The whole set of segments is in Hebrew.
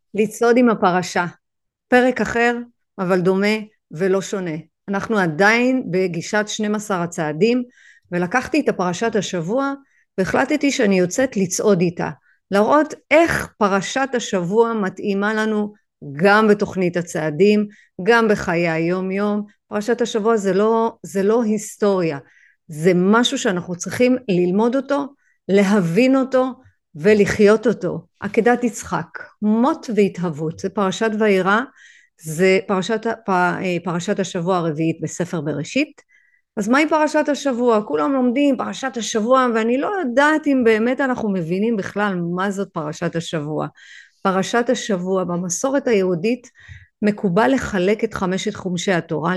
לצעוד עם הפרשה, פרק אחר אבל דומה ולא שונה. אנחנו עדיין בגישת 12 הצעדים, ולקחתי את פרשת השבוע והחלטתי שאני יוצאת לצעוד איתה, להראות איך פרשת השבוע מתאימה לנו גם בתוכנית הצעדים, גם בחיי היום יום. פרשת השבוע זה לא היסטוריה, זה משהו שאנחנו צריכים ללמוד אותו, להבין אותו ולחיות אותו. עקדת יצחק, מות והתהוות, זה פרשת וירא, זה פרשת השבוע הרביעית בספר בראשית. אז מהי פרשת השבוע? כולם לומדים פרשת השבוע, ואני לא יודעת אם באמת אנחנו מבינים בכלל מה זאת פרשת השבוע. פרשת השבוע במסורת היהודית מקובל לחלק את חמשת חומשי התורה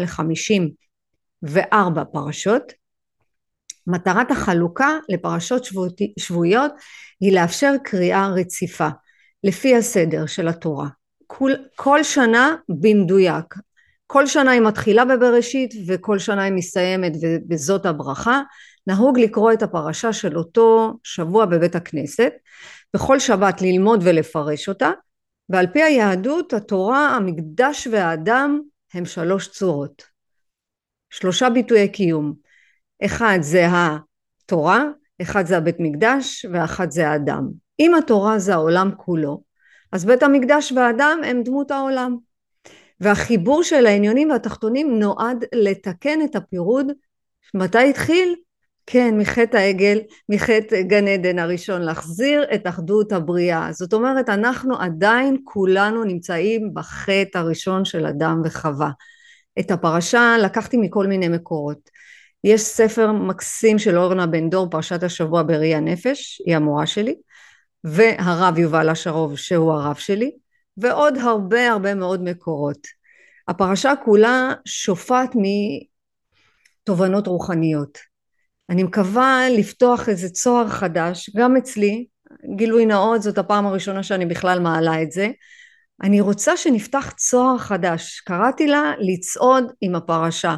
ל54 פרשות. מטרת החלוקה לפרשות שבועיות היא לאפשר קריאה רציפה לפי הסדר של התורה, כל שנה במדויק. כל שנה היא מתחילה בבראשית וכל שנה היא מסתיימת ובזאת הברכה. נהוג לקרוא את הפרשה של אותו שבוע בבית הכנסת, בכל שבת ללמוד ולפרש אותה. ועל פי היהדות התורה, המקדש והאדם הם 3 צורות, 3 ביטויי קיום. אחד זה התורה, אחד זה הבית מקדש, ואחד זה האדם. אם התורה זה העולם כולו, אז בית המקדש והאדם הם דמות העולם. והחיבור של העליונים והתחתונים נועד לתקן את הפירוד. מתי התחיל? כן, מחטא העגל, מחטא גן עדן הראשון, להחזיר את אחדות הבריאה. זאת אומרת, אנחנו עדיין כולנו נמצאים בחטא הראשון של אדם וחווה. את הפרשה לקחתי מכל מיני מקורות. יש ספר מקסים של אורנה בן דור, פרשת השבוע בראי הנפש, היא המורה שלי, והרב יובל אשרוב שהוא הרב שלי, ועוד הרבה מאוד מקורות. הפרשה כולה שופעת מתובנות רוחניות. אני מקווה לפתוח איזה צוהר חדש, גם אצלי, גילוי נאות, זאת הפעם הראשונה שאני בכלל מעלה את זה. אני רוצה שנפתח צוהר חדש, קראתי לה לצעוד עם הפרשה.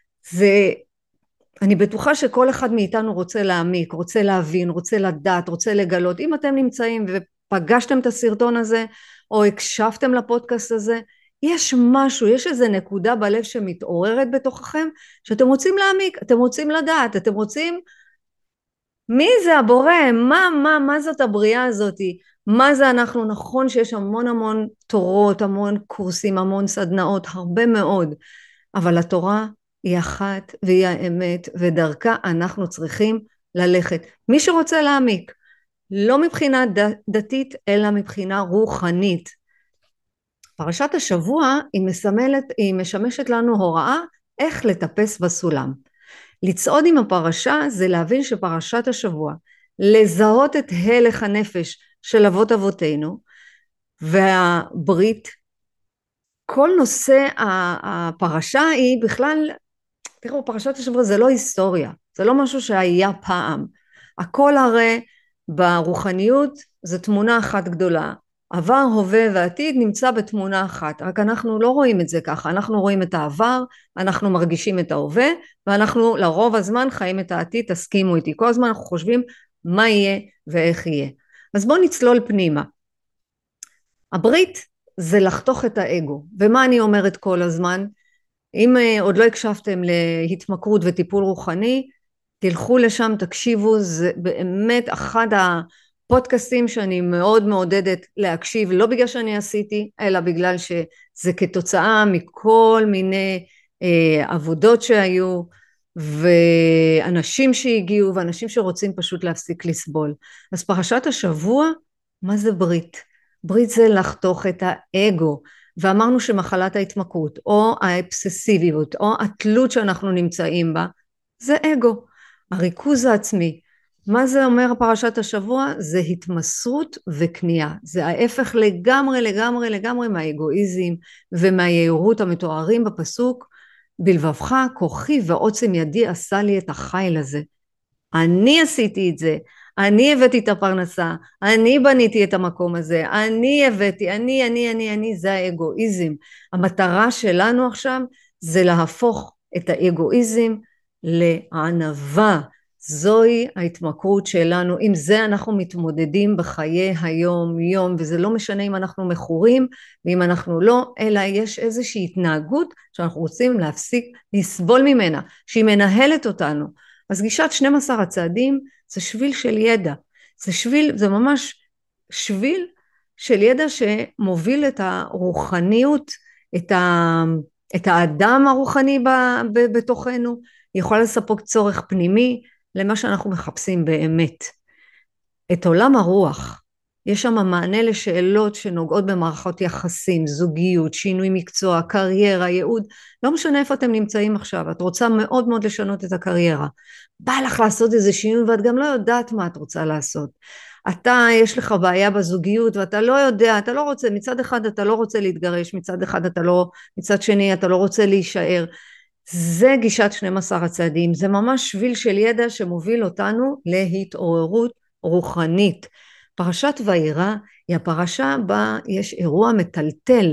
אני בטוחה שכל אחד מאיתנו רוצה להעמיק, רוצה להבין, רוצה לדעת, רוצה לגלות. אם אתם נמצאים ופגשתם את הסרטון הזה, או הקשבתם לפודקאסט הזה, יש משהו, יש איזו נקודה בלב שמתעוררת בתוככם, שאתם רוצים להעמיק, אתם רוצים לדעת, אתם רוצים, מי זה הבורא? מה זאת הבריאה הזאת? מה זה אנחנו? נכון שיש המון תורות, המון קורסים, המון סדנאות, הרבה מאוד, אבל התורה היא אחת והיא האמת, ודרכה אנחנו צריכים ללכת. מי שרוצה להעמיק, לא מבחינה דתית, אלא מבחינה רוחנית. פרשת השבוע היא משמשת לנו הוראה איך לטפס בסולם. לצעוד עם הפרשה זה להבין שפרשת השבוע, לזהות את הלך הנפש של אבות אבותינו, והברית, כל נושא הפרשה היא בכלל, תראו, פרשת השבוע זה לא היסטוריה, זה לא משהו שהיה פעם. הכל הרי ברוחניות זה תמונה אחת גדולה. עבר, הווה ועתיד נמצא בתמונה אחת, רק אנחנו לא רואים את זה ככה. אנחנו רואים את העבר, אנחנו מרגישים את ההווה, ואנחנו לרוב הזמן חיים את העתיד. תסכימו איתי, כל הזמן אנחנו חושבים מה יהיה ואיך יהיה. אז בואו נצלול פנימה. הברית זה לחתוך את האגו, ומה אני אומרת כל הזמן? אם עוד לא הקשבתם להתמכרות וטיפול רוחני, תלכו לשם, תקשיבו, זה באמת אחד הפודקאסטים שאני מאוד מעודדת להקשיב, לא בגלל שאני עשיתי, אלא בגלל שזה כתוצאה מכל מיני עבודות שהיו, ואנשים שהגיעו, ואנשים שרוצים פשוט להפסיק לסבול. אז פרשת השבוע, מה זה ברית? ברית זה לחתוך את האגו, ואמרנו שמחלת ההתמכרות, או האבססיביות, או התלות שאנחנו נמצאים בה, זה אגו, הריכוז העצמי. מה זה אומר פרשת השבוע? זה התמסרות וקנייה, זה ההפך לגמרי מהאגואיזם ומהיהירות המתוארים בפסוק, בלבבך כוחי ועוצם ידי עשה לי את החיל הזה. אני עשיתי את זה, אני הבאתי את הפרנסה, אני בניתי את המקום הזה, אני הבאתי, אני, זה האגואיזם. המטרה שלנו עכשיו זה להפוך את האגואיזם לענווה, זוהי ההתמכרות שלנו, עם זה אנחנו מתמודדים בחיי היום יום, וזה לא משנה אם אנחנו מכורים ואם אנחנו לא, אלא יש איזושהי התנהגות שאנחנו רוצים להפסיק לסבול ממנה, שהיא מנהלת אותנו. אז גישת 12 הצעדים זה שביל של ידע, זה ממש שביל של ידע שמוביל את הרוחניות, את האדם הרוחני בתוכנו, יכול לספק צורך פנימי למה שאנחנו מחפשים באמת. את עולם הרוח, יש שם מענה לשאלות שנוגעות במערכות יחסים, זוגיות, שינוי מקצוע, קריירה, ייעוד, לא משנה איפה אתם נמצאים עכשיו, את רוצה מאוד מאוד לשנות את הקריירה, בא לך לעשות איזה שינוי ואת גם לא יודעת מה את רוצה לעשות, יש לך בעיה בזוגיות ואתה לא יודע, אתה לא רוצה, מצד אחד אתה לא רוצה להתגרש, מצד שני אתה לא רוצה להישאר, זה גישת 12 הצעדים, זה ממש שביל של ידע שמוביל אותנו להתעוררות רוחנית. פרשת וירא היא הפרשה בה יש אירוע מטלטל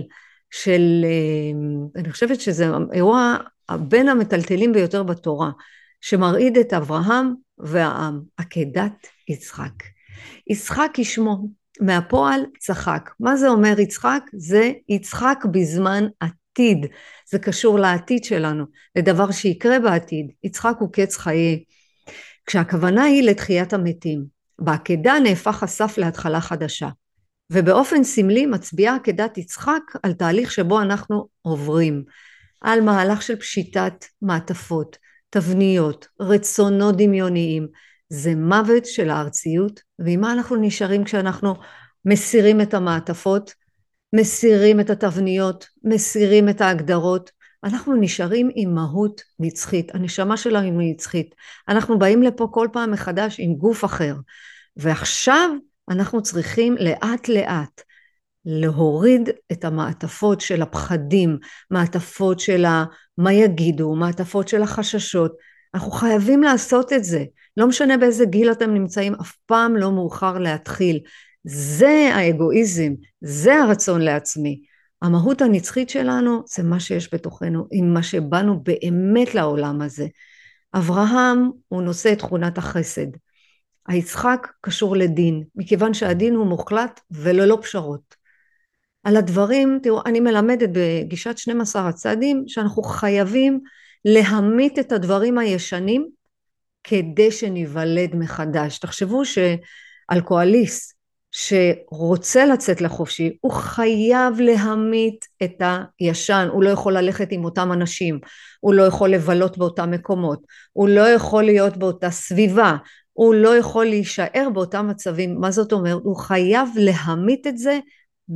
אני חושבת שזה אירוע בין המטלטלים ביותר בתורה, שמרעיד את אברהם והעם, עקדת יצחק. יצחק כשמו, מהפועל צחק. מה זה אומר יצחק? זה יצחק בזמן עתיד. זה קשור לעתיד שלנו, לדבר שיקרה בעתיד. יצחק הוא קץ חיי. כשהכוונה היא לתחיית המתים. בעקדה נהפך הסף להתחלה חדשה. ובאופן סמלי מצביעה עקדת יצחק על תהליך שבו אנחנו עוברים. על מהלך של פשיטת מעטפות, תבניות, רצונות דמיוניים. זה מוות של הארציות, ועם מה אנחנו נשארים כשאנחנו מסירים את המעטפות, מסירים את התבניות, מסירים את ההגדרות, אנחנו נשארים עם מהות נצחית, הנשמה שלנו היא נצחית, אנחנו באים לפה כל פעם מחדש עם גוף אחר, ועכשיו אנחנו צריכים לאט לאט להוריד את המעטפות של הפחדים, מעטפות של מה יגידו, מעטפות של החששות, אנחנו חייבים לעשות את זה, לא משנה באיזה גיל אתם נמצאים, אף פעם לא מאוחר להתחיל, זה האגואיזם, זה הרצון לעצמי, המהות הנצחית שלנו זה מה שיש בתוכנו, עם מה שבאנו באמת לעולם הזה, אברהם הוא נושא את תכונת החסד, היצחק קשור לדין, מכיוון שהדין הוא מוחלט וללא פשרות, על הדברים, תראו, אני מלמדת בגישת 12 הצעדים, שאנחנו חייבים להמית את הדברים הישנים, כדי שניוולד מחדש. תחשבו שאלכוהוליסט שרוצה לצאת לחופשי, הוא חייב להמית את הישן, הוא לא יכול ללכת עם אותם אנשים, הוא לא יכול לבלות באותם מקומות, הוא לא יכול להיות באותה סביבה, הוא לא יכול להישאר באותם מצבים, מה זאת אומרת? הוא חייב להמית את זה,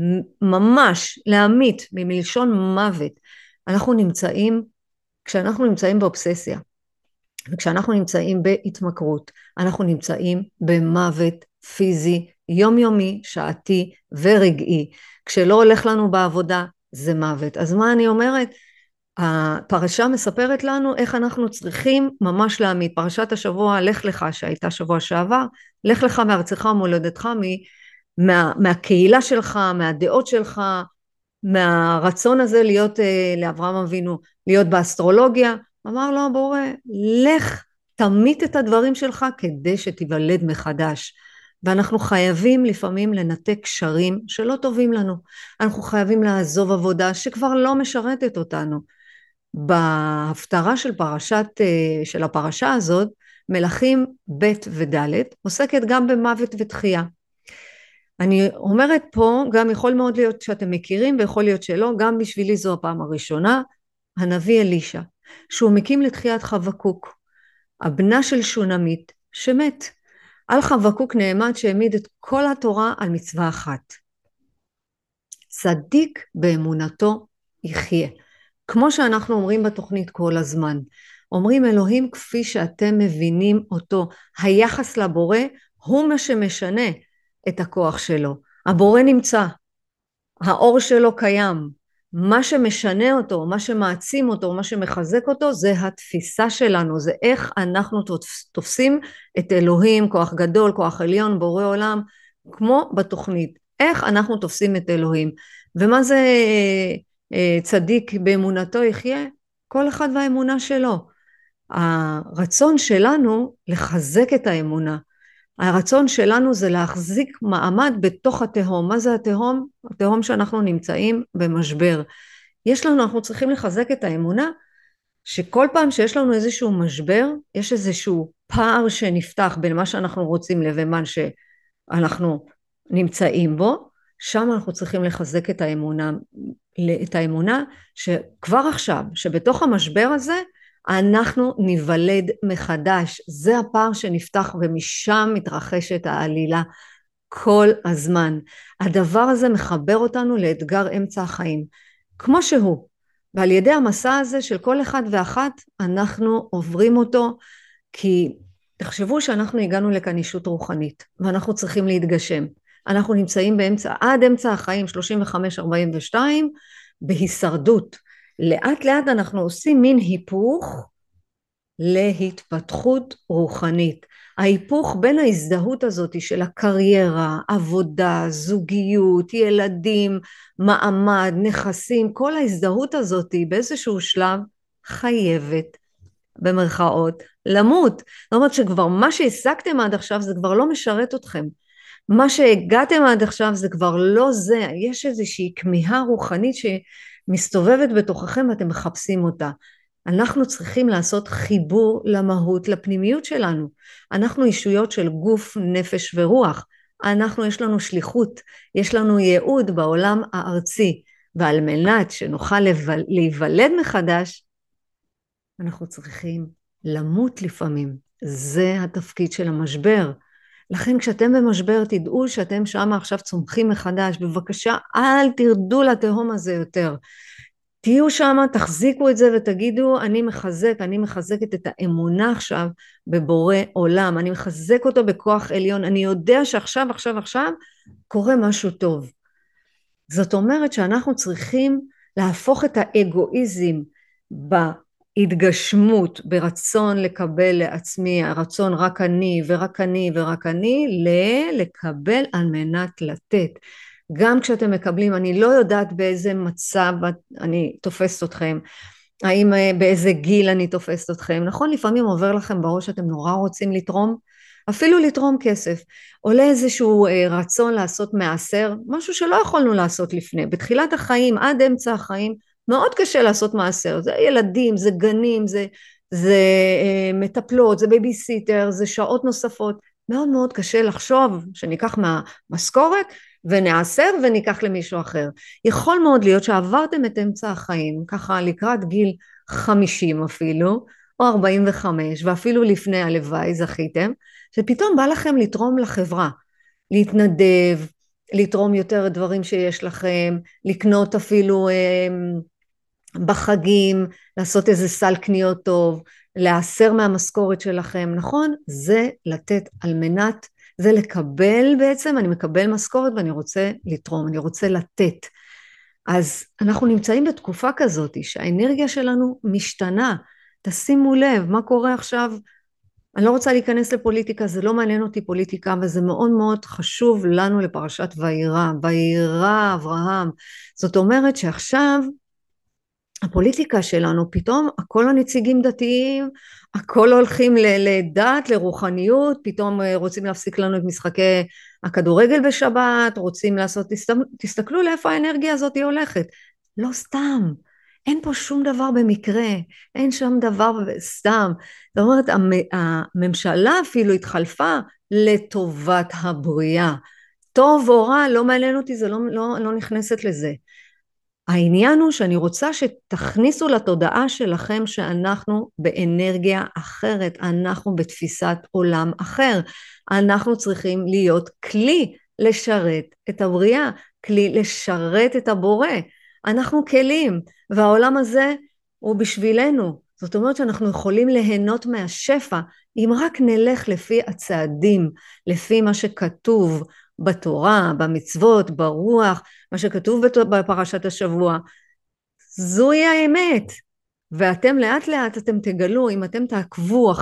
ממש להמית, ממלשון מוות. כשאנחנו נמצאים באובססיה, וכשאנחנו נמצאים בהתמכרות, אנחנו נמצאים במוות פיזי, יומיומי, שעתי ורגעי. כשלא הולך לנו בעבודה, זה מוות. אז מה אני אומרת? הפרשה מספרת לנו איך אנחנו צריכים ממש להעמיד. פרשת השבוע, לך לך, שהייתה שבוע שעבר, לך לך מארצך ומולדתך, מהקהילה שלך, מהדעות שלך, מהרצון הזה להיות, לאברהם אבינו, להיות באסטרולוגיה, אמר לו הבורא, לך תמית את הדברים שלך כדי שתיוולד מחדש. ואנחנו חייבים לפעמים לנתק קשרים שלא טובים לנו. אנחנו חייבים לעזוב עבודה שכבר לא משרתת אותנו. בהפטרה של הפרשה הזאת, מלכים ב' וד' עוסקת גם במוות ותחייה. אני אומרת פה, גם יכול מאוד להיות שאתם מכירים ויכול להיות שלא, גם בשבילי זו הפעם הראשונה, הנביא אלישע, שהוא מקים לתחיית חבקוק, הבנה של שונמית שמת. על חבקוק נעמד שהעמיד את כל התורה על מצווה אחת. צדיק באמונתו יחיה. כמו שאנחנו אומרים בתוכנית כל הזמן, אומרים אלוהים כפי שאתם מבינים אותו, היחס לבורא הוא מה שמשנה את הכוח שלו. הבורא נמצא, האור שלו קיים, מה שמשנה אותו, מה שמעצים אותו, מה שמחזק אותו, זה התפיסה שלנו, זה איך אנחנו תופסים את אלוהים, כוח גדול, כוח עליון, בורא עולם, כמו בתוכנית, איך אנחנו תופסים את אלוהים, ומה זה צדיק באמונתו יחיה? כל אחד והאמונה שלו. הרצון שלנו לחזק את האמונה, הרצון שלנו זה להחזיק מעמד בתוך התהום. מה זה התהום? התהום שאנחנו נמצאים במשבר. אנחנו צריכים לחזק את האמונה שכל פעם שיש לנו איזשהו משבר, יש איזשהו פער שנפתח בין מה שאנחנו רוצים לבין מה שאנחנו נמצאים בו, שם אנחנו צריכים לחזק את האמונה שכבר עכשיו, שבתוך המשבר הזה, אנחנו ניוולד מחדש. זה הפער שנפתח ומשם מתרחשת העלילה כל הזמן. הדבר הזה מחבר אותנו לאתגר אמצע החיים, כמו שהוא. ועל ידי המסע הזה של כל אחד ואחת, אנחנו עוברים אותו, כי תחשבו שאנחנו הגענו לכאן אישות רוחנית, ואנחנו צריכים להתגשם. אנחנו נמצאים עד אמצע החיים, 35-42, בהישרדות. לאט לאט אנחנו עושים מין היפוך להתפתחות רוחנית. ההיפוך בין ההזדהות הזאת של הקריירה, עבודה, זוגיות, ילדים, מעמד, נכסים, כל ההזדהות הזאת באיזשהו שלב חייבת, במרכאות, למות. זאת אומרת שכבר מה שהשגתם עד עכשיו זה כבר לא משרת אתכם. מה שהגעתם עד עכשיו זה כבר לא זה. יש איזושהי כמיהה רוחנית שמסתובבת בתוככם ואתם מחפשים אותה. אנחנו צריכים לעשות חיבור למהות, לפנימיות שלנו. אנחנו אישויות של גוף, נפש ורוח. יש לנו שליחות, יש לנו ייעוד בעולם הארצי, ועל מנת שנוכל להיוולד מחדש, אנחנו צריכים למות לפעמים. זה התפקיד של המשבר. לכן כשאתם במשבר תדעו שאתם שם עכשיו צומחים מחדש, בבקשה אל תרדו לתהום הזה יותר. תהיו שם, תחזיקו את זה ותגידו, אני מחזקת את האמונה עכשיו בבורא עולם, אני מחזק אותו בכוח עליון, אני יודע שעכשיו קורה משהו טוב. זאת אומרת שאנחנו צריכים להפוך את האגואיזם בהתגשמות, ברצון לקבל לעצמי, הרצון רק אני ורק אני ורק אני, לקבל על מנת לתת. גם כשאתם מקבלים, אני לא יודעת באיזה מצב אני תופסת אתכם, האם באיזה גיל אני תופסת אתכם, נכון? לפעמים עובר לכם בראש שאתם נורא רוצים לתרום, אפילו לתרום כסף, עולה איזשהו רצון לעשות מעשר, משהו שלא יכולנו לעשות לפני, בתחילת החיים עד אמצע החיים, מאוד קשה לעשות מעשר, זה ילדים, זה גנים, זה מטפלות, זה בייביסיטר, זה שעות נוספות, מאוד מאוד קשה לחשוב שניקח מהמשכורת ונעשר וניקח למישהו אחר. יכול מאוד להיות שעברתם את אמצע החיים, ככה לקראת גיל 50 אפילו, או 45, ואפילו לפני הלוואי זכיתם, שפתאום בא לכם לתרום לחברה, להתנדב, לתרום יותר דברים שיש לכם, לקנות אפילו בחגים, לעשות איזה סל קניות טוב, להסר מהמשכורת שלכם, נכון? זה לתת על מנת, זה לקבל בעצם, אני מקבל משכורת ואני רוצה לתרום, אני רוצה לתת. אז אנחנו נמצאים בתקופה כזאת שהאנרגיה שלנו משתנה, תשימו לב מה קורה עכשיו, אני לא רוצה להיכנס לפוליטיקה, זה לא מעניין אותי פוליטיקה, וזה מאוד מאוד חשוב לנו לפרשת וירא אברהם, זאת אומרת שעכשיו הפוליטיקה שלנו, פתאום הכל הנציגים דתיים, הכל הולכים לדת, לרוחניות, פתאום רוצים להפסיק לנו את משחקי הכדורגל בשבת, רוצים לעשות, תסתכלו לאיפה האנרגיה הזאת היא הולכת, לא סתם, אין פה שום דבר במקרה, אין שם דבר סתם, זאת אומרת הממשלה אפילו התחלפה לטובת הבריאה, טוב או רע, לא מעניין אותי, זה לא נכנסת לזה, העניין הוא שאני רוצה שתכניסו לתודעה שלכם שאנחנו באנרגיה אחרת, אנחנו בתפיסת עולם אחר, אנחנו צריכים להיות כלי לשרת את הבריאה, כלי לשרת את הבורא, אנחנו כלים והעולם הזה הוא בשבילנו, זאת אומרת שאנחנו יכולים ליהנות מהשפע אם רק נלך לפי הצעדים, לפי מה שכתוב בתורה, במצוות, ברוח, מה שכתוב בפרשת השבוע, זוהי האמת, ואתם לאט לאט אתם תגלו, אם אתם תעקבו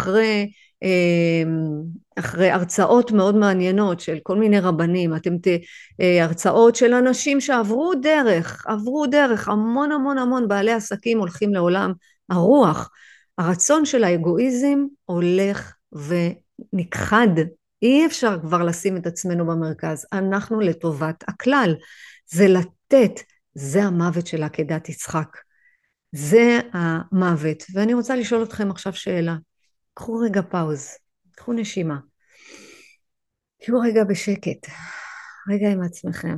אחרי הרצאות מאוד מעניינות של כל מיני רבנים, הרצאות של אנשים שעברו דרך, המון בעלי עסקים הולכים לעולם הרוח, הרצון של האגואיזם הולך ונכחד, אי אפשר כבר לשים את עצמנו במרכז, אנחנו לטובת הכלל, זה לתת, זה המוות של עקדת יצחק, זה המוות. ואני רוצה לשאול אתכם עכשיו שאלה, קחו רגע פאוז, קחו נשימה, תהיו רגע בשקט, רגע עם עצמכם.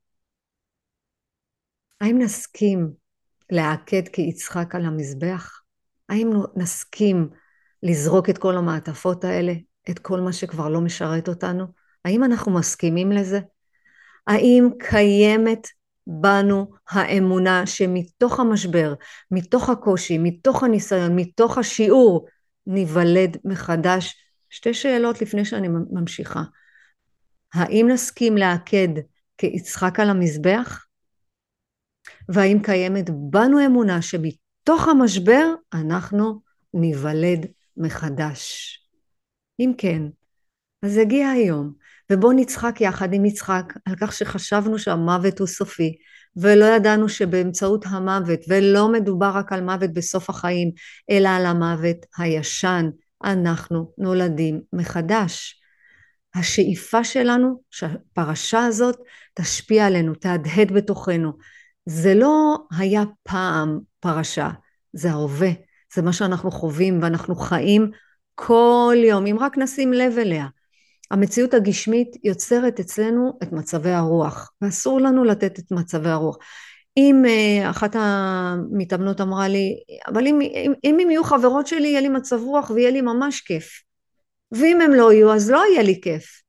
האם נסכים לעקד כיצחק על המזבח? האם נסכים לזרוק את כל המעטפות האלה, את כל מה שכבר לא משרת אותנו? האם אנחנו מסכימים לזה? האם קיימת בנו האמונה שמתוך המשבר, מתוך הקושי, מתוך הניסיון, מתוך השיעור, ניוולד מחדש? שתי שאלות לפני שאני ממשיכה. האם נסכים לעקד כיצחק על המזבח? והאם קיימת בנו אמונה שמתוך המשבר אנחנו ניוולד מחדש? אם כן, אז הגיע היום, ובוא נצחק יחד עם יצחק על כך שחשבנו שהמוות הוא סופי, ולא ידענו שבאמצעות המוות, ולא מדובר רק על מוות בסוף החיים, אלא על המוות הישן, אנחנו נולדים מחדש. השאיפה שלנו שהפרשה הזאת תשפיע עלינו, תהדהד בתוכנו. זה לא היה פעם פרשה, זה ההווה, זה מה שאנחנו חווים ואנחנו חיים כל יום, אם רק נשים לב אליה. המציאות הגשמית יוצרת אצלנו את מצבי הרוח, ואסור לנו לתת את מצבי הרוח. אם אחת המתאמנות אמרה לי, אבל אם הם יהיו חברות שלי, יהיה לי מצב רוח ויהיה לי ממש כיף. ואם הם לא יהיו, אז לא יהיה לי כיף.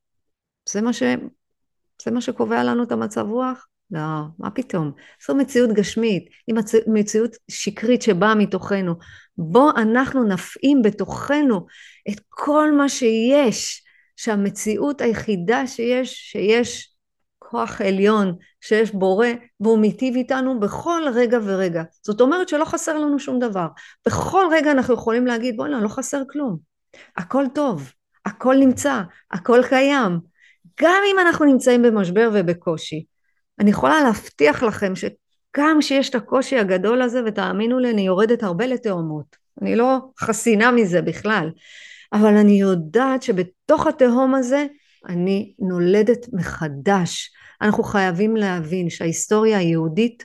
זה מה שקובע לנו את המצב רוח? לא, מה פתאום? זו מציאות גשמית, היא מציאות שקרית שבאה מתוכנו. בוא אנחנו נפעים בתוכנו את כל מה שיש, שהמציאות היחידה שיש כוח עליון, שיש בורא, והוא מיטיב איתנו בכל רגע ורגע. זאת אומרת שלא חסר לנו שום דבר. בכל רגע אנחנו יכולים להגיד, בוא'נה, לא חסר כלום. הכל טוב, הכל נמצא, הכל קיים. גם אם אנחנו נמצאים במשבר ובקושי, אני יכולה להבטיח לכם שגם שיש את הקושי הגדול הזה, ותאמינו לי, אני יורדת הרבה לתאומות. אני לא חסינה מזה בכלל. אבל אני יודעת שבתוך התהום הזה, אני נולדת מחדש. אנחנו חייבים להבין שההיסטוריה היהודית,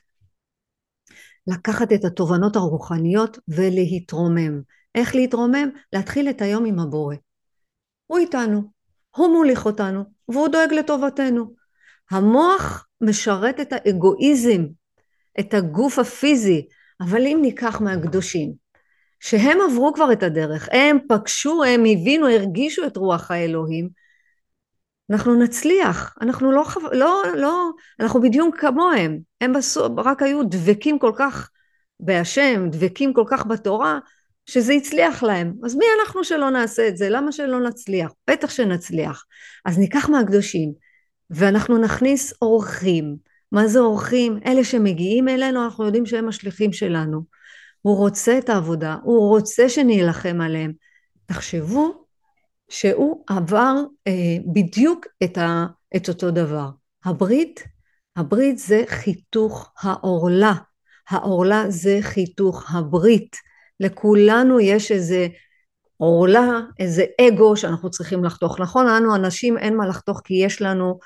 לקחת את התובנות הרוחניות ולהתרומם. איך להתרומם? להתחיל את היום עם הבורא. הוא איתנו, הוא מוליך אותנו, והוא דואג לטובתנו. המוח משרת את האגואיזם, את הגוף הפיזי, אבל אם ניקח מהקדושים, שהם עברו כבר את הדרך, הם פגשו, הם הבינו, הרגישו את רוח האלוהים, אנחנו נצליח, אנחנו בדיוק כמוהם, הם רק היו דבקים כל כך בהשם, דבקים כל כך בתורה, שזה הצליח להם. אז מי אנחנו שלא נעשה את זה? למה שלא נצליח? בטח שנצליח. אז ניקח מהקדושים, ואנחנו נכניס אורחים. מה זה אורחים? אלה שמגיעים אלינו, אנחנו יודעים שהם השליחים שלנו. הוא רוצה את העבודה, הוא רוצה שנילחם עליהם. תחשבו שהוא עבר בדיוק את אותו דבר. הברית זה חיתוך העורלה. העורלה זה חיתוך הברית. לכולנו יש איזה עורלה, איזה אגו שאנחנו צריכים לחתוך. נכון, לנו אנשים אין מה לחתוך כי יש לנו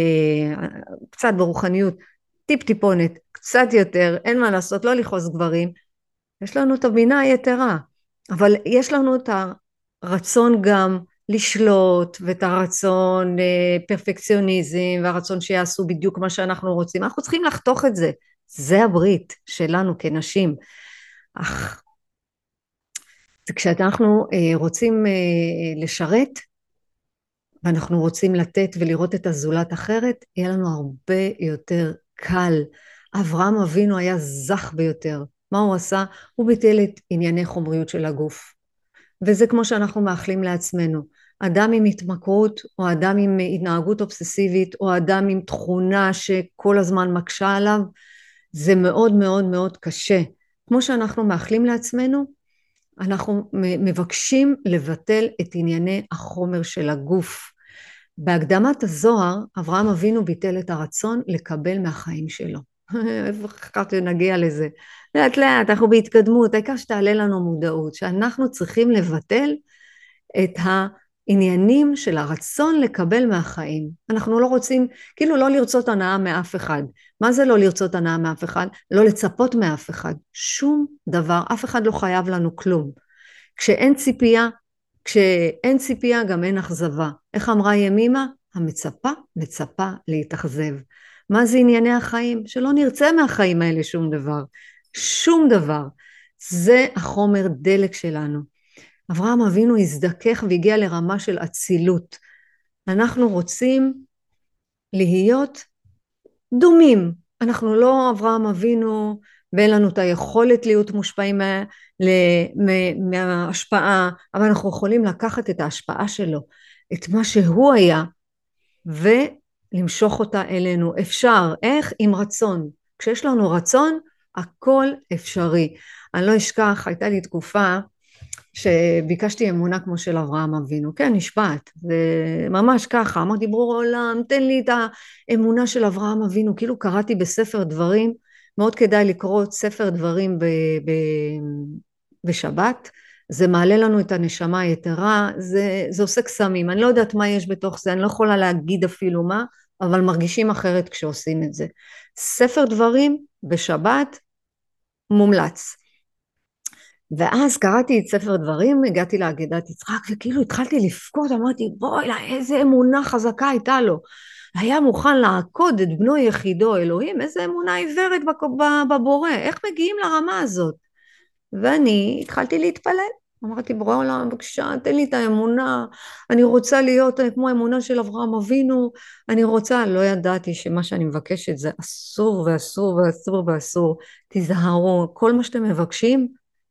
קצת ברוחניות, טיפונת, קצת יותר, אין מה לעשות, לא לכעוס גברים. יש לנו את הבינה היתרה, אבל יש לנו את הרצון גם לשלוט, ואת הרצון פרפקציוניזם, והרצון שיעשו בדיוק מה שאנחנו רוצים. אנחנו צריכים לחתוך את זה. זה הברית שלנו כנשים. אך כשאנחנו רוצים לשרת, ואנחנו רוצים לתת ולראות את הזולת אחרת, יהיה לנו הרבה יותר קל. אברהם אבינו היה זך ביותר. מה הוא עשה? הוא ביטל את ענייני חומריות של הגוף. וזה כמו שאנחנו מאחלים לעצמנו. אדם עם התמכרות, או אדם עם התנהגות אובססיבית, או אדם עם תכונה שכל הזמן מקשה עליו, זה מאוד מאוד מאוד קשה. כמו שאנחנו מאחלים לעצמנו, אנחנו מבקשים לבטל את ענייני החומר של הגוף. בהקדמת הזוהר, אברהם אבינו ביטל את הרצון לקבל מהחיים שלו. איפה חכרתי נגיע לזה? לאט לאט, אנחנו בהתקדמות, העיקר שתעלה לנו מודעות, שאנחנו צריכים לבטל את העניינים של הרצון לקבל מהחיים. אנחנו לא רוצים, כאילו לא לרצות הנאה מאף אחד. מה זה לא לרצות הנאה מאף אחד? לא לצפות מאף אחד. שום דבר, אף אחד לא חייב לנו כלום. כשאין ציפייה, כשאין ציפייה גם אין אכזבה. איך אמרה ימימה? המצפה מצפה להתאכזב. מה זה ענייני החיים? שלא נרצה מהחיים האלה שום דבר. שום דבר. זה החומר דלק שלנו. אברהם אבינו הזדכך והגיע לרמה של אצילות. אנחנו רוצים להיות דומים. אנחנו לא אברהם אבינו ואין לנו את היכולת להיות מושפעים מההשפעה, אבל אנחנו יכולים לקחת את ההשפעה שלו, את מה שהוא היה, ולמשוך אותה אלינו. אפשר, איך? עם רצון. כשיש לנו רצון, הכל אפשרי. אני לא אשכח, הייתה לי תקופה שביקשתי אמונה כמו של אברהם אבינו, כן, נשבעת, זה ממש ככה, אמרתי ברור עולם, תן לי את האמונה של אברהם אבינו, כאילו קראתי בספר דברים, מאוד כדאי לקרוא ספר דברים בשבת, זה מעלה לנו את הנשמה היתרה, זה עושה קסמים, אני לא יודעת מה יש בתוך זה, אני לא יכולה להגיד אפילו מה, אבל מרגישים אחרת כשעושים את זה. ספר דברים בשבת מומלץ. ואז קראתי את ספר דברים, הגעתי לעקדת יצחק, וכאילו התחלתי לפקוד, אמרתי, בואי, איזה אמונה חזקה הייתה לו. היה מוכן לעקוד את בנו יחידו, אלוהים, איזה אמונה עיוורת בבורא, איך מגיעים לרמה הזאת? ואני התחלתי להתפלל, אמרתי, בורא עולם, בבקשה, תן לי את האמונה, אני רוצה להיות כמו האמונה של אברהם אבינו, אני רוצה, לא ידעתי שמה שאני מבקשת זה אסור ואסור ואסור ואסור, תזהרו, כל מה שאתם מבקשים,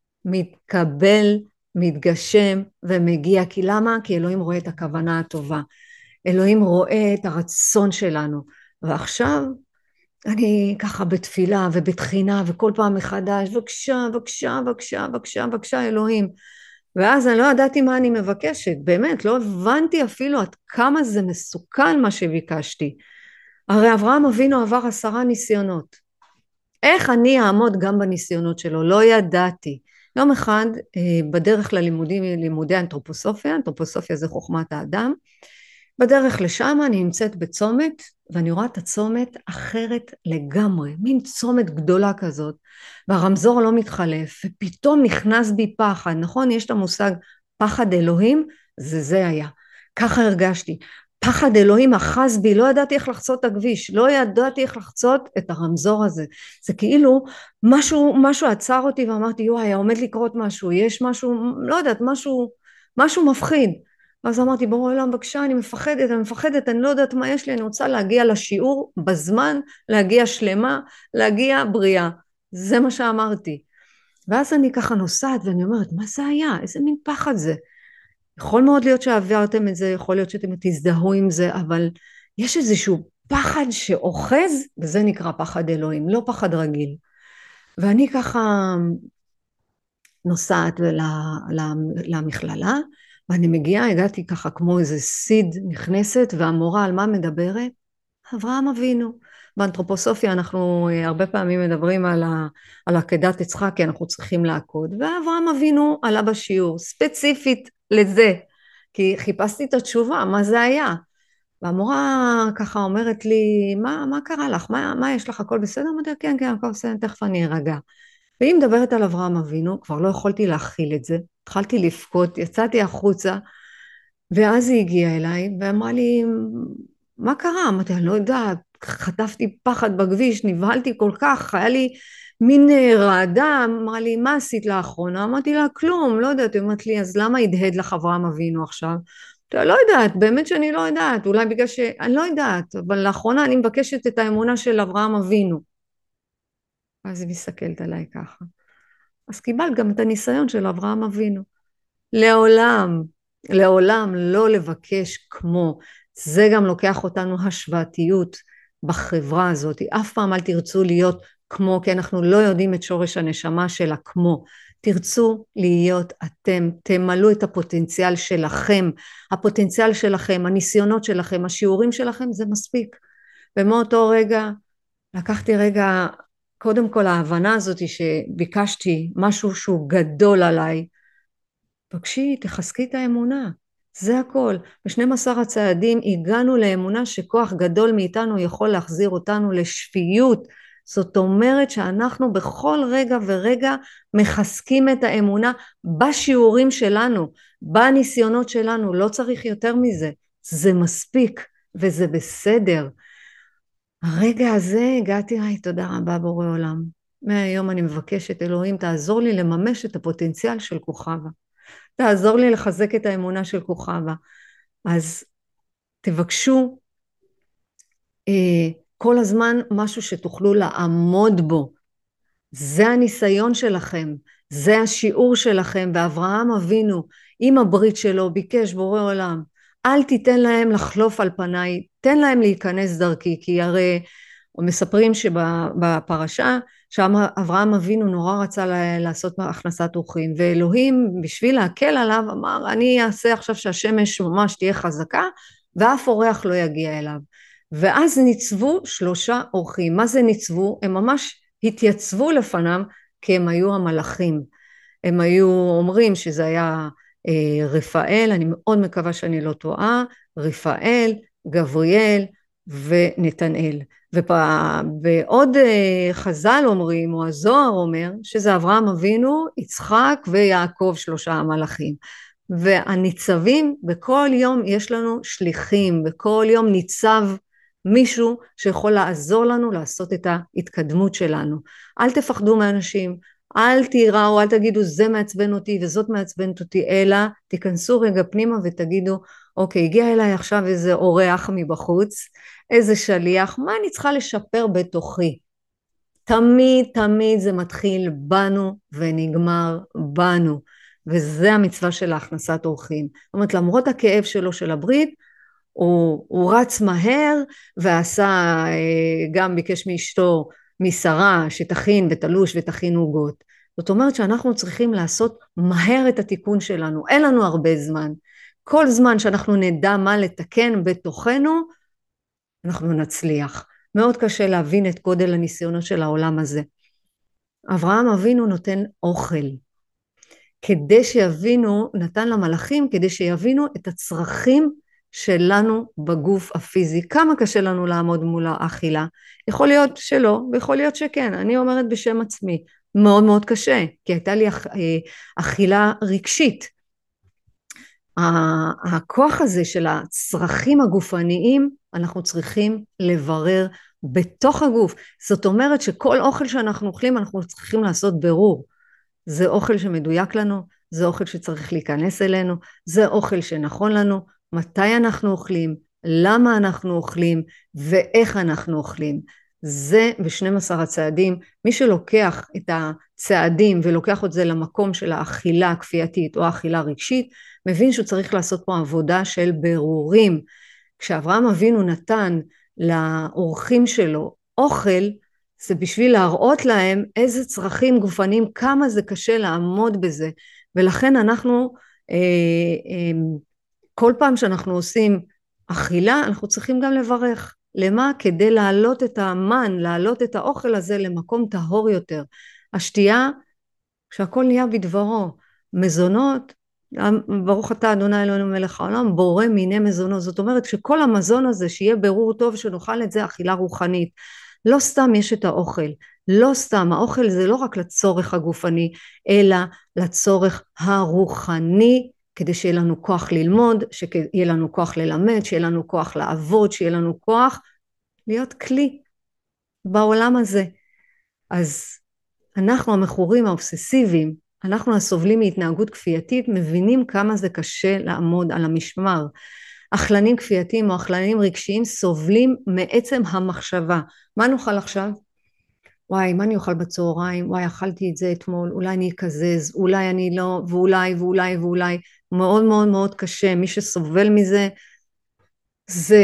מתקבל, מתגשם ומגיע. כי למה? כי אלוהים רואה את הכוונה הטובה. אלוהים רואה את הרצון שלנו. ועכשיו אני ככה בתפילה ובתחינה וכל פעם מחדש, בבקשה, בבקשה, בבקשה, בבקשה, בבקשה אלוהים. ואז אני לא ידעתי מה אני מבקשת. באמת, לא הבנתי אפילו עד כמה זה מסוכן מה שביקשתי. הרי אברהם אבינו עבר 10 ניסיונות. איך אני אעמוד גם בניסיונות שלו? לא ידעתי. יום אחד בדרך לימודי אנתרופוסופיה, אנתרופוסופיה זה חוכמת האדם, בדרך לשם אני נמצאת בצומת, ואני רואה את הצומת אחרת לגמרי, מין צומת גדולה כזאת, והרמזור לא מתחלף, ופתאום נכנס בי פחד, נכון? יש את המושג פחד אלוהים, זה היה. ככה הרגשתי. פחד אלוהים אחז בי, לא ידעתי איך לחצות את הכביש, לא ידעתי איך לחצות את הרמזור הזה. זה כאילו משהו עצר אותי ואמרתי, יואי, עומד לקרות משהו, יש משהו, לא יודעת, משהו מפחיד. אז אמרתי, ברור עולם, בבקשה, אני מפחדת, אני לא יודעת מה יש לי, אני רוצה להגיע לשיעור בזמן, להגיע שלמה, להגיע בריאה. זה מה שאמרתי. ואז אני ככה נוסעת ואני אומרת, מה זה היה? איזה מין פחד זה? יכול מאוד להיות שעברתם את זה, יכול להיות שאתם תזדהו עם זה, אבל יש איזשהו פחד שאוחז, וזה נקרא פחד אלוהים, לא פחד רגיל. ואני ככה נוסעת למכללה, ואני מגיעה, הגעתי ככה כמו איזה סיד נכנסת, והמורה על מה מדברת? אברהם אבינו. באנתרופוסופיה אנחנו הרבה פעמים מדברים על עקדת יצחק, כי אנחנו צריכים לעקוד, ואברהם אבינו עלה בשיעור, ספציפית לזה, כי חיפשתי את התשובה, מה זה היה? והמורה ככה אומרת לי, מה קרה לך? מה יש לך? הכל בסדר? אמרתי, כן, הכל בסדר, תכף אני ארגע. והיא מדברת על אברהם אבינו, כבר לא יכולתי להכיל את זה, התחלתי לבכות, יצאתי החוצה, ואז היא הגיעה אליי ואמרה לי, מה קרה? אמרתי, אני לא יודעת, חטפתי פחד בכביש, נבהלתי כל כך, היה לי מין רעדה, אמרה לי, מה עשית לאחרונה? אמרתי לה, כלום, לא יודעת, היא אומרת לי, אז למה הדהד לך אברהם אבינו עכשיו? לא יודעת, באמת שאני לא יודעת, אולי בגלל שאני לא יודעת, אבל לאחרונה אני מבקשת את האמונה של אברהם אבינו. אז היא מסתכלת עליי ככה. אז קיבלת גם את הניסיון של אברהם אבינו. לעולם, לעולם לא לבקש כמו. זה גם לוקח אותנו השוואתיות בחברה הזאת. אף פעם אל תרצו להיות כמו, כי אנחנו לא יודעים את שורש הנשמה של הכמו. תרצו להיות אתם, תמלאו את הפוטנציאל שלכם, הפוטנציאל שלכם, הניסיונות שלכם, השיעורים שלכם, זה מספיק. ומאותו רגע לקחתי רגע, קודם כל ההבנה הזאת שביקשתי משהו שהוא גדול עליי, בבקשי, תחזקי את האמונה, זה הכל. ב12 הצעדים הגענו לאמונה שכוח גדול מאיתנו יכול להחזיר אותנו לשפיות. זאת אומרת שאנחנו בכל רגע ורגע מחזקים את האמונה בשיעורים שלנו, בניסיונות שלנו, לא צריך יותר מזה. זה מספיק וזה בסדר. הרגע הזה הגעתי, תודה רבה בורא עולם. מהיום אני מבקשת, אלוהים, תעזור לי לממש את הפוטנציאל של כוכבה. תעזור לי לחזק את האמונה של כוכבה. אז תבקשו כל הזמן משהו שתוכלו לעמוד בו. זה הניסיון שלכם, זה השיעור שלכם. ואברהם אבינו עם הברית שלו ביקש בורא עולם, אל תיתן להם לחלוף על פניי, תן להם להיכנס דרכי, כי הרי מספרים שבפרשה שם אברהם אבינו נורא רצה לעשות הכנסת אורחים, ואלוהים בשביל להקל עליו אמר, אני אעשה עכשיו שהשמש ממש תהיה חזקה ואף אורח לא יגיע אליו. ואז ניצבו 3 אורחים. מה זה ניצבו? הם ממש התייצבו לפניו, כי הם היו המלאכים. הם היו אומרים שזה היה רפאל, אני מאוד מקווה שאני לא טועה, רפאל, גבריאל ונתנאל. ועוד חז"ל אומרים, או הזוהר אומר, שזה אברהם אבינו, יצחק ויעקב, 3 המלאכים. והניצבים, בכל יום יש לנו שליחים, בכל יום ניצב מישהו שיכול לעזור לנו לעשות את ההתקדמות שלנו. אל תפחדו מאנשים, אל תיראו, אל תגידו זה מעצבן אותי וזאת מעצבנת אותי, אלא תיכנסו רגע פנימה ותגידו, אוקיי, הגיע אליי עכשיו איזה אורח מבחוץ, איזה שליח, מה אני צריכה לשפר בתוכי? תמיד תמיד זה מתחיל בנו ונגמר בנו, וזה המצווה של הכנסת אורחים. זאת אומרת, למרות הכאב שלו של הברית, הוא רץ מהר ועשה, גם ביקש מאשתו, משרה, שתכין ותלוש ותכין עוגות. זאת אומרת שאנחנו צריכים לעשות מהר את התיקון שלנו, אין לנו הרבה זמן. כל זמן שאנחנו נדע מה לתקן בתוכנו, אנחנו נצליח. מאוד קשה להבין את גודל הניסיונות של העולם הזה. אברהם אבינו נותן אוכל, כדי שיבינו, נתן למלאכים, כדי שיבינו את הצרכים שלנו בגוף הפיזי. כמה קשה לנו לעמוד מול האכילה? יכול להיות שלא, ויכול להיות שכן. אני אומרת בשם עצמי, מאוד מאוד קשה, כי הייתה לי אכילה רגשית. הכוח הזה של הצרכים הגופניים, אנחנו צריכים לברר בתוך הגוף. זאת אומרת שכל אוכל שאנחנו אוכלים, אנחנו צריכים לעשות ברור. זה אוכל שמדויק לנו, זה אוכל שצריך להיכנס אלינו, זה אוכל שנכון לנו, מתי אנחנו אוכלים, למה אנחנו אוכלים, ואיך אנחנו אוכלים. זה ב12 הצעדים. מי שלוקח את הצעדים ולוקח את זה למקום של האכילה הכפייתית או האכילה רגשית, מבין שהוא צריך לעשות פה עבודה של ברורים. כשאברהם אבינו נתן לאורחים שלו אוכל, זה בשביל להראות להם איזה צרכים גופניים, כמה זה קשה לעמוד בזה. ולכן אנחנו, כל פעם שאנחנו עושים אכילה, אנחנו צריכים גם לברך. למה? כדי להעלות את המן, להעלות את האוכל הזה למקום טהור יותר. השתייה, כשהכל נהיה בדברו, מזונות, ברוך אתה אדוני אלוהינו מלך העולם, בורא מיני מזונות. זאת אומרת שכל המזון הזה, שיהיה ברור טוב, שנאכל את זה אכילה רוחנית. לא סתם יש את האוכל, לא סתם, האוכל זה לא רק לצורך הגופני, אלא לצורך הרוחני, כדי שיהיה לנו כוח ללמוד, שיהיה לנו כוח ללמד, שיהיה לנו כוח לעבוד, שיהיה לנו כוח להיות כלי בעולם הזה. אז אנחנו המכורים האובססיביים, אנחנו הסובלים מהתנהגות כפייתית, מבינים כמה זה קשה לעמוד על המשמר. אכלנים כפייתיים או אכלנים רגשיים סובלים מעצם המחשבה. מה נאכל עכשיו? וואי, מה אני אוכל בצהריים? וואי, אכלתי את זה אתמול, אולי אני אקזז, אולי אני לא, ואולי ואולי ואולי. מאוד מאוד מאוד קשה. מי שסובל מזה, זה...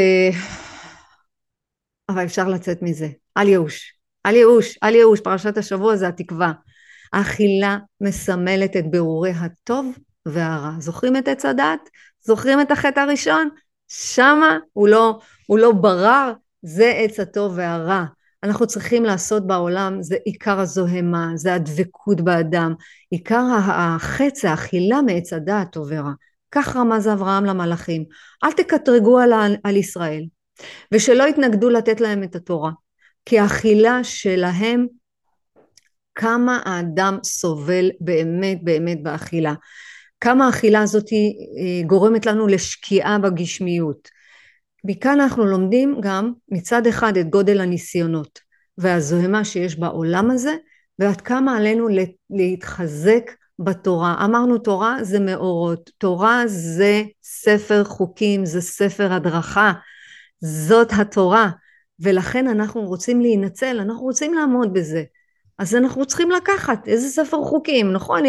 אבל אפשר לצאת מזה. אל ייאוש, אל ייאוש, אל ייאוש. פרשת השבוע זה התקווה. האכילה מסמלת את ברורי הטוב והרע. זוכרים את עץ הדת? זוכרים את החטא הראשון? שמה הוא לא ברר, זה עץ הטוב והרע. אנחנו צריכים לעשות בעולם, זה עיקר הזוהמה, זה הדבקות באדם, עיקר החץ, האכילה מעץ הדעת טוב ורע. כך רמז אברהם למלאכים. אל תקטרגו על ישראל, ושלא יתנגדו לתת להם את התורה, כי האכילה שלהם, כמה האדם סובל באמת באמת באכילה. כמה האכילה הזאת גורמת לנו לשקיעה בגשמיות. מכאן אנחנו לומדים גם מצד אחד את גודל הניסיונות והזוהמה שיש בעולם הזה, ועד כמה עלינו להתחזק בתורה. אמרנו תורה זה מאורות, תורה זה ספר חוקים, זה ספר הדרכה, זאת התורה, ולכן אנחנו רוצים להינצל, אנחנו רוצים לעמוד בזה. אז אנחנו צריכים לקחת איזה ספר חוקים, נכון?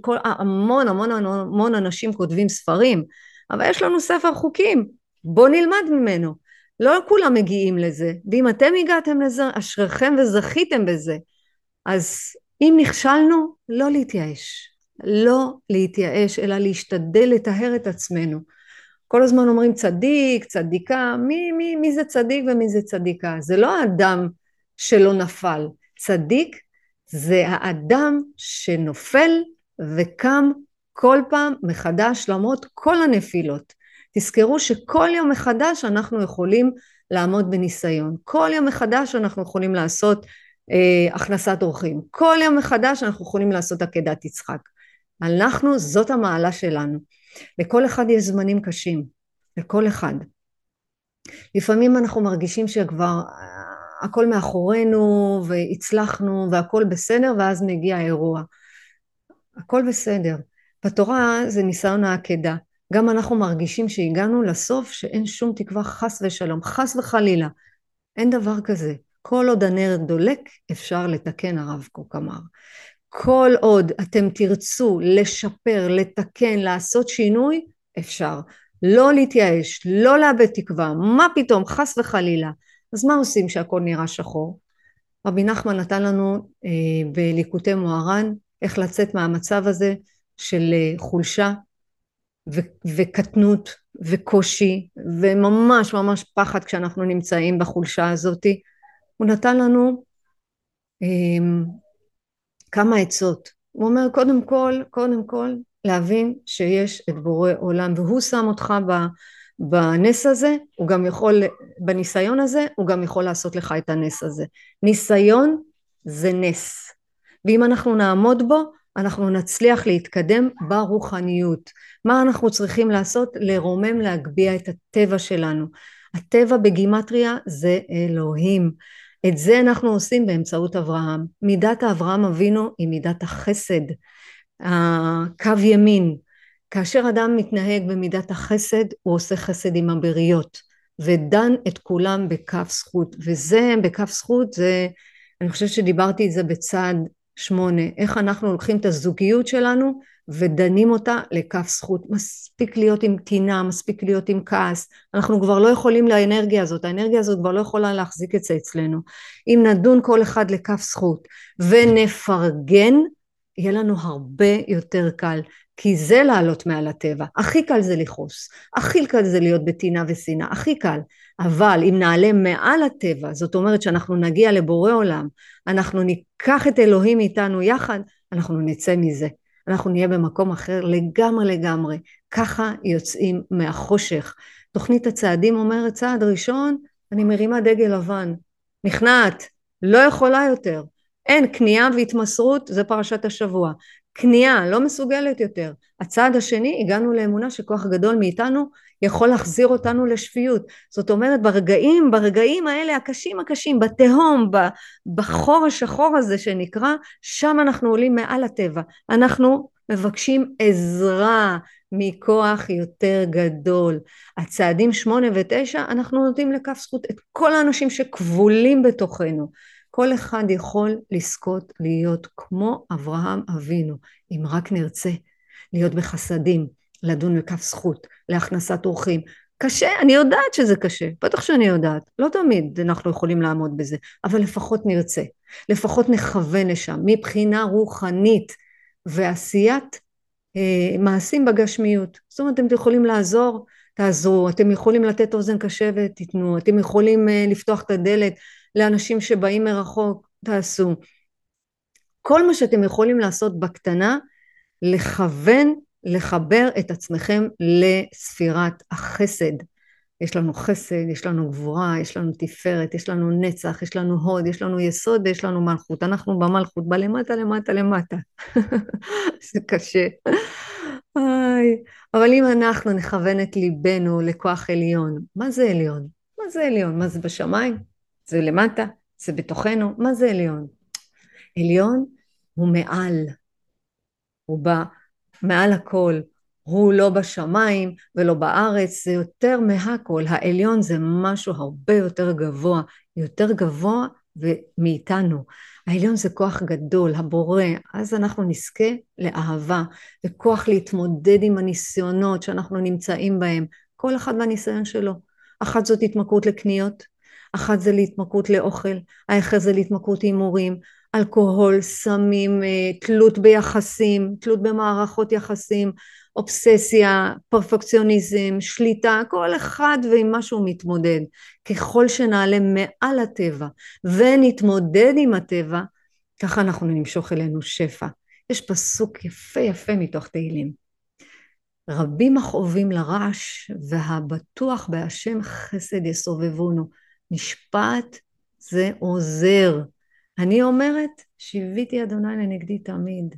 המון אנשים כותבים ספרים, אבל יש לנו ספר חוקים, בוא נלמד ממנו. לא כולם מגיעים לזה, ואם אתם הגעתם לזה, אשריכם וזכיתם בזה. אז אם נכשלנו, לא להתייאש. לא להתייאש, אלא להשתדל לטהר את עצמנו. כל הזמן אומרים צדיק, צדיקה, מי זה צדיק ומי זה צדיקה? זה לא האדם שלא נפל. צדיק זה האדם שנופל וקם כל פעם מחדש למרות כל הנפילות. תזכרו שכל יום מחדש אנחנו יכולים לעמוד בניסיון. כל יום מחדש אנחנו יכולים לעשות הכנסת אורחים. כל יום מחדש אנחנו יכולים לעשות עקדת יצחק. זאת המעלה שלנו. לכל אחד יש זמנים קשים. לכל אחד. לפעמים אנחנו מרגישים שכבר הכל מאחורינו והצלחנו והכל בסדר, ואז מגיע האירוע. הכל בסדר. בתורה זה ניסיון העקדה. גם אנחנו מרגישים שהגענו לסוף שאין שום תקווה, חס ושלום, חס וחלילה. אין דבר כזה. כל עוד הנר דולק אפשר לתקן, הרב קוק אמר. כל עוד אתם תרצו לשפר, לתקן, לעשות שינוי, אפשר. לא להתייאש, לא לאבד תקווה, מה פתאום, חס וחלילה. אז מה עושים שהכל נראה שחור? רבי נחמן נתן לנו בליקוטי מוהר"ן איך לצאת מהמצב הזה של חולשה וקטנות וקושי וממש ממש פחד כשאנחנו נמצאים בחולשה הזאת. הוא נתן לנו כמה עצות. הוא אומר קודם כל להבין שיש את בורא עולם והוא שם אותך בנס הזה, הוא גם יכול, בניסיון הזה הוא גם יכול לעשות לך את הנס הזה. ניסיון זה נס, ואם אנחנו נעמוד בו אנחנו נצליח להתקדם ברוחניות. מה אנחנו צריכים לעשות? לרומם, להגביה את הטבע שלנו. הטבע בגימטריה זה אלוהים. את זה אנחנו עושים באמצעות אברהם. מידת אברהם אבינו היא מידת החסד, קו ימין. כאשר אדם מתנהג במידת החסד, הוא עושה חסד עם הבריות, ודן את כולם בכף זכות. וזה בכף זכות, אני חושבת שדיברתי את זה בצד 8, איך אנחנו לוקחים את הזוגיות שלנו ודנים אותה לכף זכות. מספיק להיות עם טינה, מספיק להיות עם כעס, אנחנו כבר לא יכולים לאנרגיה הזאת, האנרגיה הזאת כבר לא יכולה להחזיק את זה אצלנו. אם נדון כל אחד לכף זכות ונפרגן, יהיה לנו הרבה יותר קל, כי זה לעלות מעל הטבע. הכי קל זה לכעוס, הכי קל זה להיות בטינה ושנאה, הכי קל. אבל אם נעלה מעל הטבע, זאת אומרת שאנחנו נגיע לבורא עולם, אנחנו ניקח את אלוהים איתנו יחד, אנחנו נצא מזה. אנחנו נהיה במקום אחר לגמרי. ככה יוצאים מהחושך. תוכנית הצעדים אומרת, צעד ראשון, אני מרימה דגל לבן. נכנעת, לא יכולה יותר. אין, כניעה והתמסרות, זה פרשת השבוע. כניעה, לא מסוגלת יותר. הצעד השני, הגענו לאמונה שכוח גדול מאיתנו יכול להחזיר אותנו לשפיות. זאת אומרת, ברגעים האלה הקשים, בתהום, בחור השחור הזה שנקרא, שם אנחנו עולים מעל הטבע. אנחנו מבקשים עזרה מכוח יותר גדול. הצעדים 8 ו9, אנחנו נותנים לכף זכות את כל האנשים שכבולים בתוכנו. כל אחד יכול לזכות להיות כמו אברהם אבינו, אם רק נרצה, להיות בחסדים, לדון בכף זכות, להכנסת אורחים. קשה, אני יודעת שזה קשה, בטח שאני יודעת, לא תמיד אנחנו יכולים לעמוד בזה, אבל לפחות נרצה, לפחות נכוון לשם, מבחינה רוחנית ועשיית מעשים בגשמיות. זאת אומרת, אתם יכולים לעזור, תעזרו, אתם יכולים לתת אוזן קשבת, תיתנו, אתם יכולים לפתוח את הדלת, לאנשים שבאים מרחוק, תעשו. כל מה שאתם יכולים לעשות בקטנה, לכוון, לחבר את עצמכם לספירת החסד. יש לנו חסד, יש לנו גבורה, יש לנו תפארת, יש לנו נצח, יש לנו הוד, יש לנו יסוד ויש לנו מלכות. אנחנו במלכות, בלמטה, למטה, למטה. זה קשה. איי. אבל אם אנחנו נכוון את ליבנו לכוח עליון, מה זה עליון? מה זה עליון? מה זה בשמיים? זה למטה? זה בתוכנו? מה זה עליון? עליון הוא מעל, הוא בא מעל הכל, הוא לא בשמיים ולא בארץ, זה יותר מהכל, העליון זה משהו הרבה יותר גבוה מאיתנו, העליון זה כוח גדול, הבורא, אז אנחנו נזכה לאהבה, וכוח להתמודד עם הניסיונות שאנחנו נמצאים בהם, כל אחד בניסיון שלו, אחת זאת התמכרות לקניות, אחת זה להתמכרות לאוכל, האחר זה להתמכרות הימורים, אלכוהול, סמים, תלות ביחסים, תלות במערכות יחסים, אובססיה, פרפקציוניזם, שליטה, כל אחד ועם מה שהוא מתמודד. ככל שנעלה מעל הטבע ונתמודד עם הטבע, ככה אנחנו נמשוך אלינו שפע. יש פסוק יפה יפה מתוך תהילים. רבים מכאובים לרעש והבטוח בהשם חסד יסובבונו. משפט זה עוזר. אני אומרת, שיביתי אדוני לנגדי תמיד.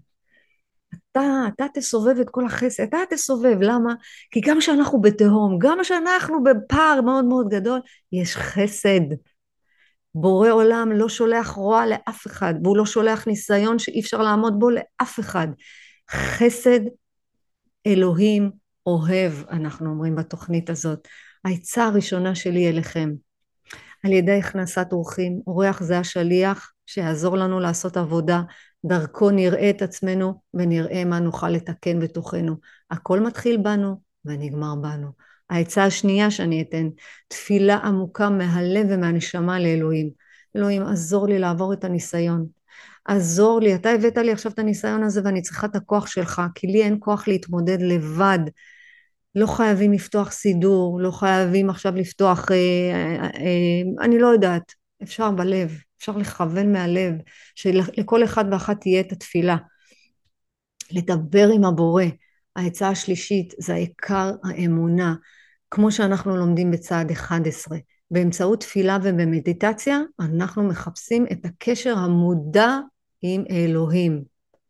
אתה תסובב את כל החסד, אתה תסובב, למה? כי גם שאנחנו בתהום, גם שאנחנו בפער מאוד מאוד גדול, יש חסד. בורא עולם לא שולח רוע לאף אחד, והוא לא שולח ניסיון שאי אפשר לעמוד בו לאף אחד. חסד אלוהים אוהב, אנחנו אומרים בתוכנית הזאת. העצה הראשונה שלי אליכם, על ידי הכנסת אורחים, אורח זה השליח שיעזור לנו לעשות עבודה, דרכו נראה את עצמנו ונראה מה נוכל לתקן בתוכנו. הכל מתחיל בנו ונגמר בנו. העצה השנייה שאני אתן, תפילה עמוקה מהלב ומהנשמה לאלוהים. אלוהים, עזור לי לעבור את הניסיון. עזור לי, אתה הבאת לי עכשיו את הניסיון הזה ואני צריכה את הכוח שלך, כי לי אין כוח להתמודד לבד. לא חייבים לפתוח סידור, לא חייבים עכשיו לפתוח, אני לא יודעת, אפשר בלב, אפשר לכוון מהלב, שלכל אחד ואחת תהיה את התפילה. לדבר עם הבורא. העצה השלישית זה העיקר האמונה, כמו שאנחנו לומדים בצעד 11. באמצעות תפילה ובמדיטציה, אנחנו מחפשים את הקשר המודע עם אלוהים.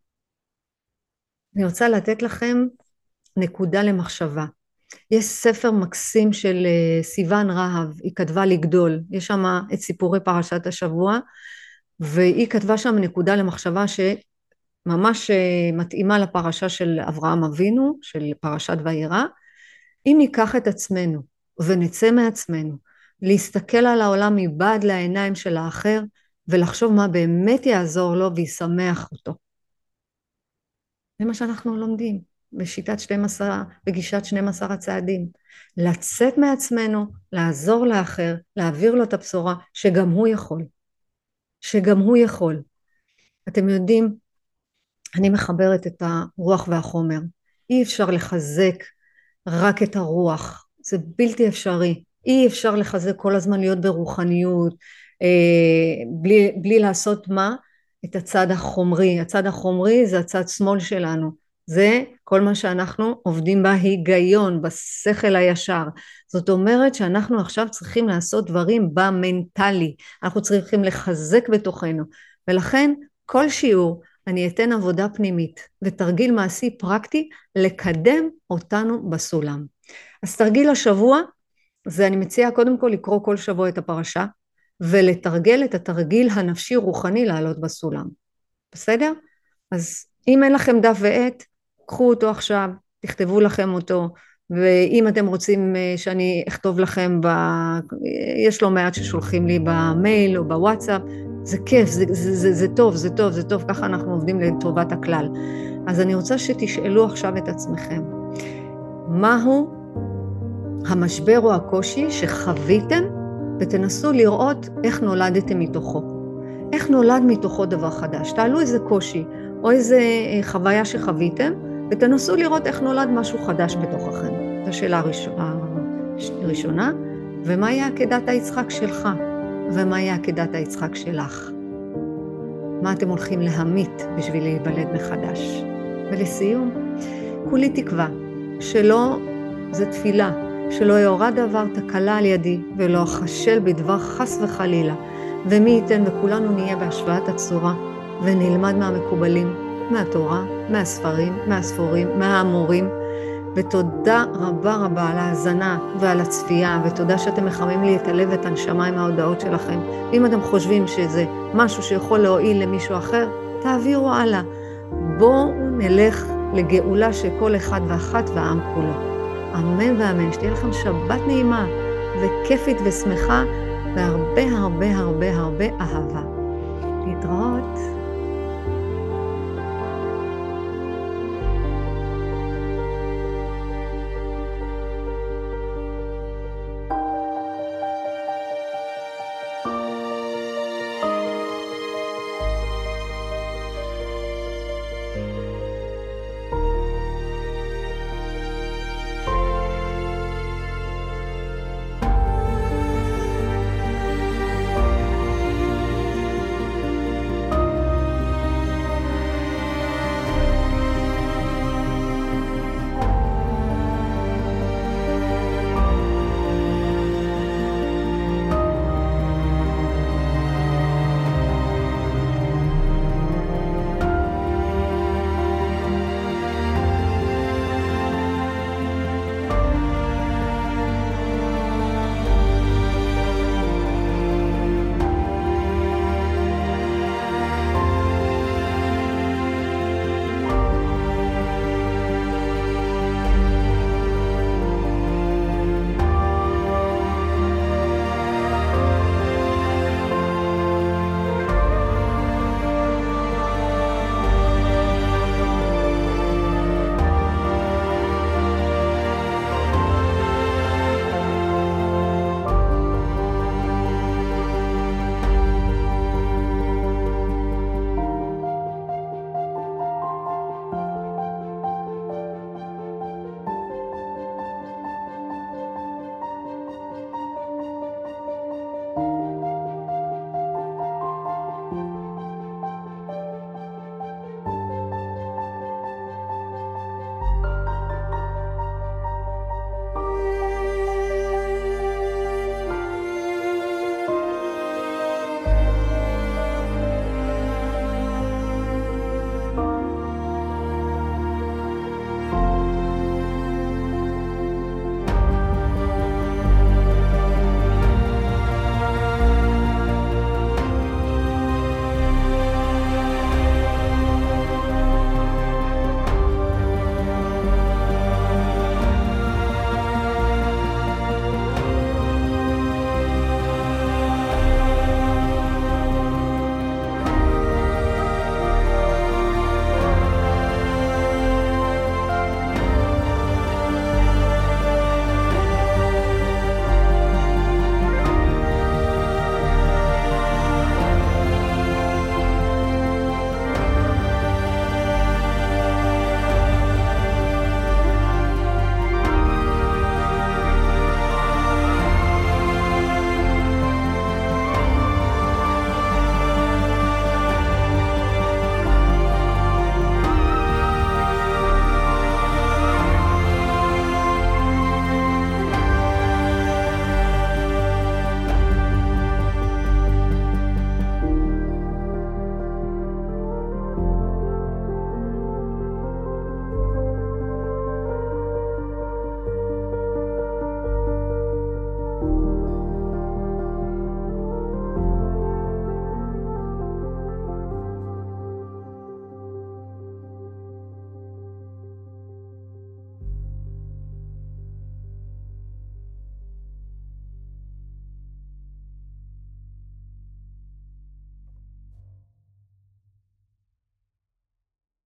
אני רוצה לתת לכם נקודה למחשבה. יש ספר מקסים של סיוון רהב, היא כתבה לגדול, יש שם את סיפורי פרשת השבוע, והיא כתבה שם נקודה למחשבה שממש מתאימה לפרשה של אברהם אבינו, של פרשת וירא. אם ניקח את עצמנו ונצא מעצמנו, להסתכל על העולם מבעד לעיניים של האחר, ולחשוב מה באמת יעזור לו וישמח אותו. זה מה שאנחנו לומדים. בגישת 12 הצעדים, לצאת מעצמנו, לעזור לאחר, להעביר לו את הבשורה, שגם הוא יכול. אתם יודעים, אני מחברת את הרוח והחומר, אי אפשר לחזק רק את הרוח, זה בלתי אפשרי, אי אפשר לחזק כל הזמן להיות ברוחניות, בלי לעשות מה? את הצד החומרי, הצד החומרי זה הצד שמאל שלנו, זה כל מה שאנחנו עובדים בהיגיון, בשכל הישר. זאת אומרת שאנחנו עכשיו צריכים לעשות דברים במנטלי, אנחנו צריכים לחזק בתוכנו, ולכן כל שיעור אני אתן עבודה פנימית ותרגיל מעשי פרקטי לקדם אותנו בסולם. אז תרגיל השבוע, זה אני מציעה קודם כל לקרוא כל שבוע את הפרשה, ולתרגל את התרגיל הנפשי רוחני לעלות בסולם. בסדר? אז אם אין לכם דף ועט, קחו אותו עכשיו, תכתבו לכם אותו, ואם אתם רוצים שאני אכתוב לכם, יש לא מעט ששולחים לי במייל או בוואטסאפ, זה כיף, זה טוב, ככה אנחנו עובדים לטובת הכלל. אז אני רוצה שתשאלו עכשיו את עצמכם, מהו המשבר או הקושי שחוויתם, ותנסו לראות איך נולדתם מתוכו. איך נולד מתוכו דבר חדש? תעלו איזה קושי או איזה חוויה שחוויתם, ותנסו לראות איך נולד משהו חדש בתוככם. זו השאלה הראשונה. ומה יהיה עקדת היצחק שלך? ומה יהיה עקדת היצחק שלך? מה אתם הולכים להמית בשביל להיוולד מחדש? ולסיום, כולי תקווה שלא, זה תפילה, שלא יאורע דבר תקלה על ידי ולא אכשל בדבר חס וחלילה, ומי ייתן וכולנו נהיה בהשוואת הצורה ונלמד מהמקובלים, מהתורה, מהספרים, מהספורים, מהאמורים. ותודה רבה רבה על ההאזנה ועל הצפייה, ותודה שאתם מחממים לי את הלב ואת הנשמה עם ההודעות שלכם. אם אתם חושבים שזה משהו שיכול להועיל למישהו אחר, תעבירו הלאה. בואו נלך לגאולה של כל אחד ואחת והעם כולו. אמן ואמן. שתהיה לכם שבת נעימה וכיפית ושמחה והרבה הרבה הרבה הרבה אהבה. להתראות.